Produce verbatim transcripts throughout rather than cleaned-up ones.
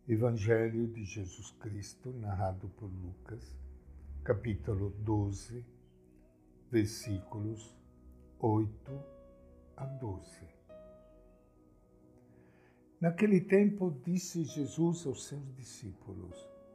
Evangelho de Jesus Cristo, narrado por Lucas, capítulo doze, versículos oito a doze. Naquele tempo disse Jesus aos seus discípulos: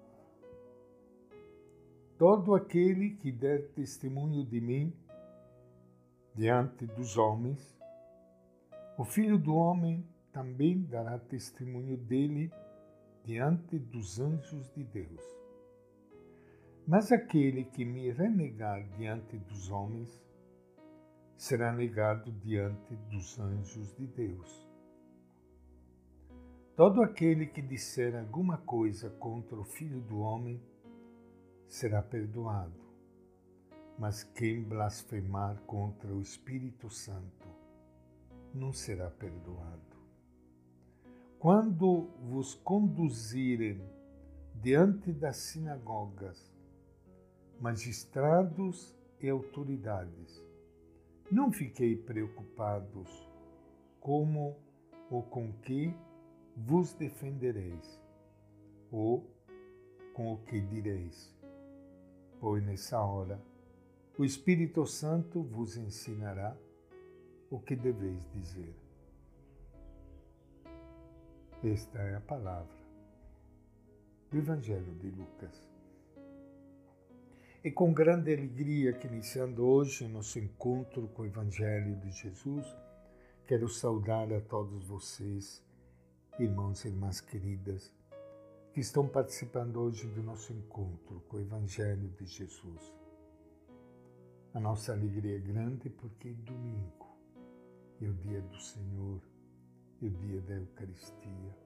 todo aquele que der testemunho de mim diante dos homens, o Filho do Homem também dará testemunho dele diante dos anjos de Deus. Mas aquele que me renegar diante dos homens, será negado diante dos anjos de Deus. Todo aquele que disser alguma coisa contra o Filho do Homem, será perdoado. Mas quem blasfemar contra o Espírito Santo, não será perdoado. Quando vos conduzirem diante das sinagogas, magistrados e autoridades, não fiquei preocupados como ou com que vos defendereis, ou com o que direis, pois nessa hora o Espírito Santo vos ensinará o que deveis dizer. Esta é a palavra do Evangelho de Lucas. E com grande alegria que iniciando hoje nosso encontro com o Evangelho de Jesus, quero saudar a todos vocês, irmãos e irmãs queridas, que estão participando hoje do nosso encontro com o Evangelho de Jesus. A nossa alegria é grande porque é domingo, é o dia do Senhor, é o dia da Eucaristia.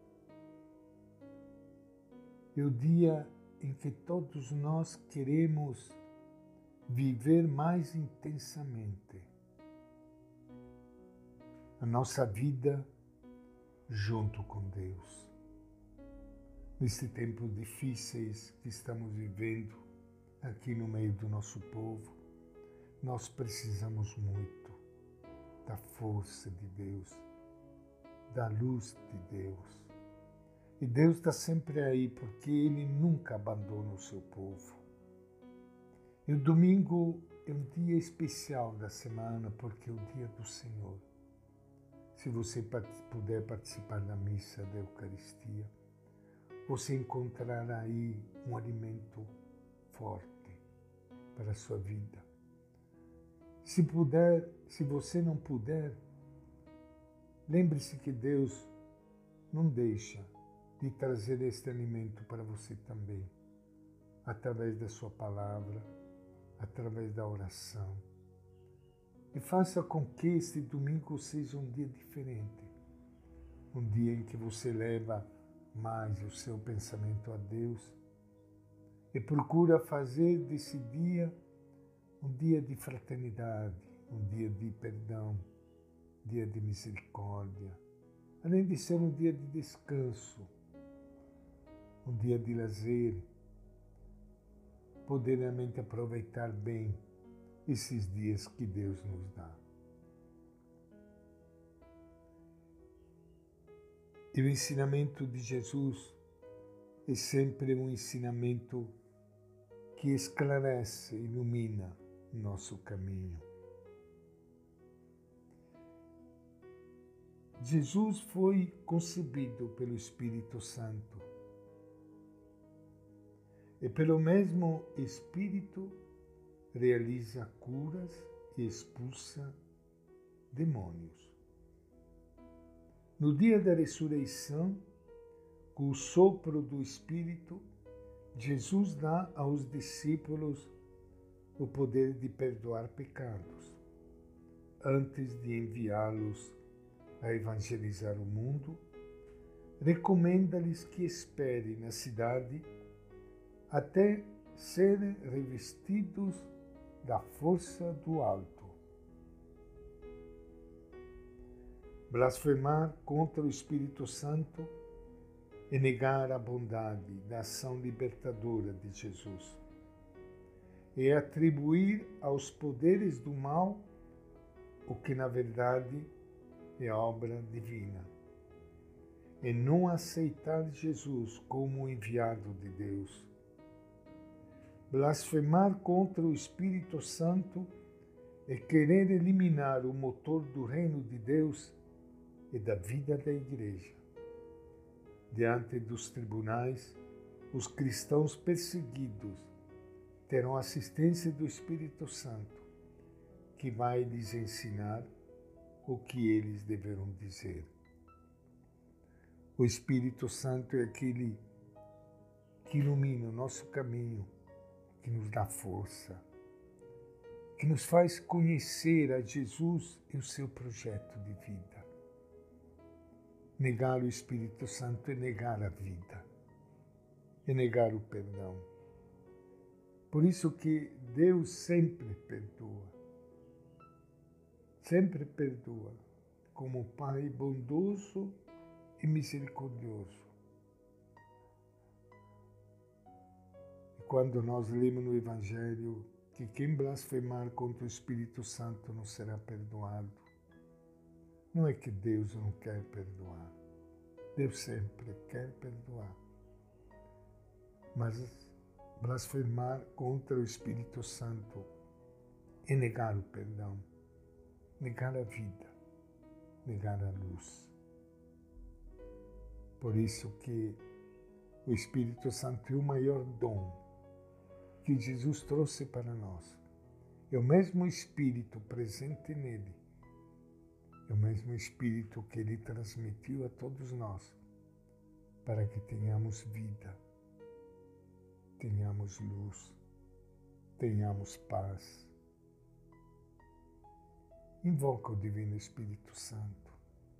É o dia em que todos nós queremos viver mais intensamente a nossa vida junto com Deus. Nesses tempos difíceis que estamos vivendo aqui no meio do nosso povo, nós precisamos muito da força de Deus, da luz de Deus. E Deus está sempre aí, porque Ele nunca abandona o seu povo. E o domingo é um dia especial da semana, porque é o dia do Senhor. Se você puder participar da missa da Eucaristia, você encontrará aí um alimento forte para a sua vida. Se puder, se você não puder, lembre-se que Deus não deixa de trazer este alimento para você também, através da sua palavra, através da oração. E faça com que este domingo seja um dia diferente, um dia em que você leva mais o seu pensamento a Deus e procura fazer desse dia um dia de fraternidade, um dia de perdão, um dia de misericórdia, além de ser um dia de descanso, um dia de lazer, poder realmente aproveitar bem esses dias que Deus nos dá. E o ensinamento de Jesus é sempre um ensinamento que esclarece, ilumina nosso caminho. Jesus foi concebido pelo Espírito Santo. E pelo mesmo Espírito realiza curas e expulsa demônios. No dia da ressurreição, com o sopro do Espírito, Jesus dá aos discípulos o poder de perdoar pecados, antes de enviá-los a evangelizar o mundo. Recomenda-lhes que esperem na cidade até serem revestidos da força do alto. Blasfemar contra o Espírito Santo é negar a bondade da ação libertadora de Jesus. É atribuir aos poderes do mal o que, na verdade, é obra divina. é não aceitar Jesus como o enviado de Deus. Blasfemar contra o Espírito Santo é querer eliminar o motor do reino de Deus e da vida da Igreja. Diante dos tribunais, os cristãos perseguidos terão assistência do Espírito Santo, que vai lhes ensinar o que eles deverão dizer. O Espírito Santo é aquele que ilumina o nosso caminho, que nos dá força, que nos faz conhecer a Jesus e o seu projeto de vida. Negar o Espírito Santo é negar a vida, é negar o perdão. Por isso que Deus sempre perdoa, sempre perdoa, como Pai bondoso e misericordioso. E quando nós lemos no Evangelho que quem blasfemar contra o Espírito Santo não será perdoado, não é que Deus não quer perdoar. Deus sempre quer perdoar. Mas blasfemar contra o Espírito Santo é negar o perdão, negar a vida, negar a luz. Por isso que o Espírito Santo é o maior dom que Jesus trouxe para nós. É o mesmo Espírito presente nele, é o mesmo Espírito que ele transmitiu a todos nós, para que tenhamos vida, tenhamos luz, tenhamos paz. Invoca o Divino Espírito Santo.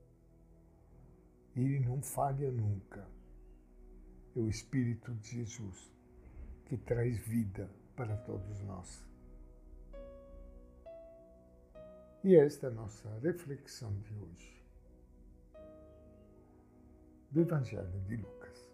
Ele não falha nunca. É o Espírito de Jesus que traz vida para todos nós. E esta é a nossa reflexão de hoje do Evangelho de Lucas.